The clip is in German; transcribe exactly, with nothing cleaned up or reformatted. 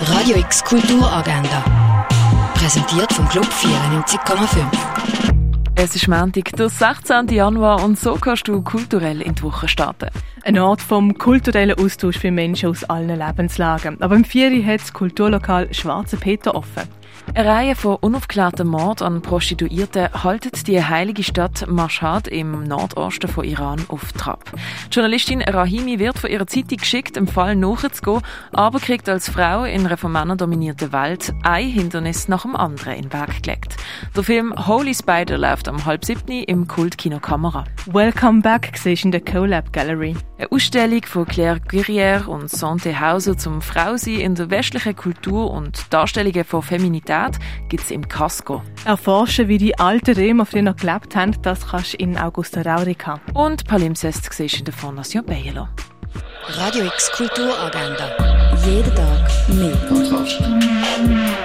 Radio X Kulturagenda. Präsentiert vom Club vierundneunzig Komma fünf. Es ist Montag, der sechzehnten Januar, und so kannst du kulturell in die Woche starten. Ein Ort vom kulturellen Austausch für Menschen aus allen Lebenslagen. Aber im Vieri hat das Kulturlokal Schwarze Peter offen. Eine Reihe von unaufgeklärten Morden an Prostituierten haltet die heilige Stadt Mashhad im Nordosten von Iran auf Trab. Die Journalistin Rahimi wird von ihrer Zeitung geschickt, dem Fall nachzugehen, aber kriegt als Frau in einer von Männern dominierten Welt ein Hindernis nach dem anderen in den Weg gelegt. Der Film Holy Spider läuft am halb siebten im Kultkino Kamera. Welcome Back siehst in der CoLab Gallery. Eine Ausstellung von Claire Guerrier und Sante Hauser zum Frausein in der westlichen Kultur und Darstellungen von Feminität gibt es im Casco. Erforschen, wie die alten Römer früher gelebt haben, das kannst du in Augusta Raurica. Und Palimpsest siehst in der Fondation Bielo. Radio X Kulturagenda. Jeden Tag mehr.